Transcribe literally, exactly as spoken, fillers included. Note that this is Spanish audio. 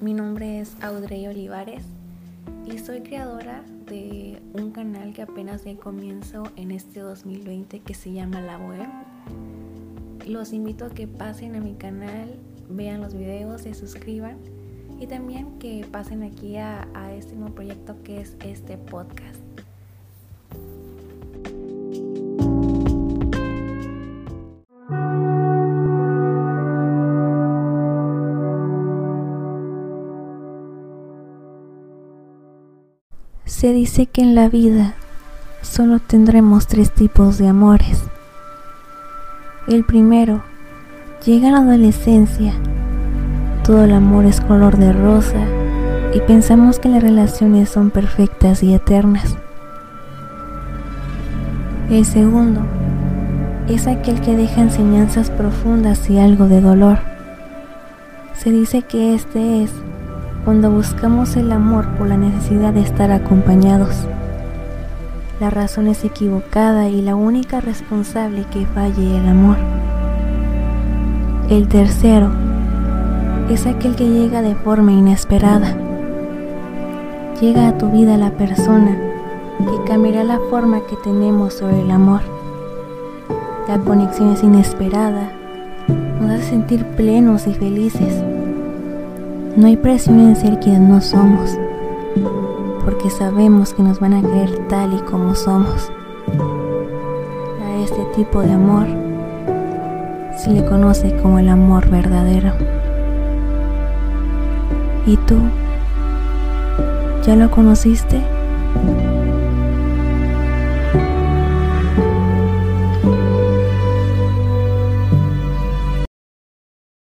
Mi nombre es Audrey Olivares y soy creadora de un canal que apenas de comienzo en este dos mil veinte que se llama La Bohem. Los invito a que pasen a mi canal, vean los videos, se suscriban y también que pasen aquí a, a este nuevo proyecto que es este podcast. Se dice que en la vida solo tendremos tres tipos de amores. El primero, llega la adolescencia, todo el amor es color de rosa y pensamos que las relaciones son perfectas y eternas. El segundo, es aquel que deja enseñanzas profundas y algo de dolor. Se dice que este es cuando buscamos el amor por la necesidad de estar acompañados. La razón es equivocada y la única responsable que falle el amor. El tercero es aquel que llega de forma inesperada. Llega a tu vida la persona que cambiará la forma que tenemos sobre el amor. La conexión es inesperada, nos hace sentir plenos y felices. No hay presión en ser quienes no somos, porque sabemos que nos van a querer tal y como somos. A este tipo de amor se le conoce como el amor verdadero. ¿Y tú? ¿Ya lo conociste?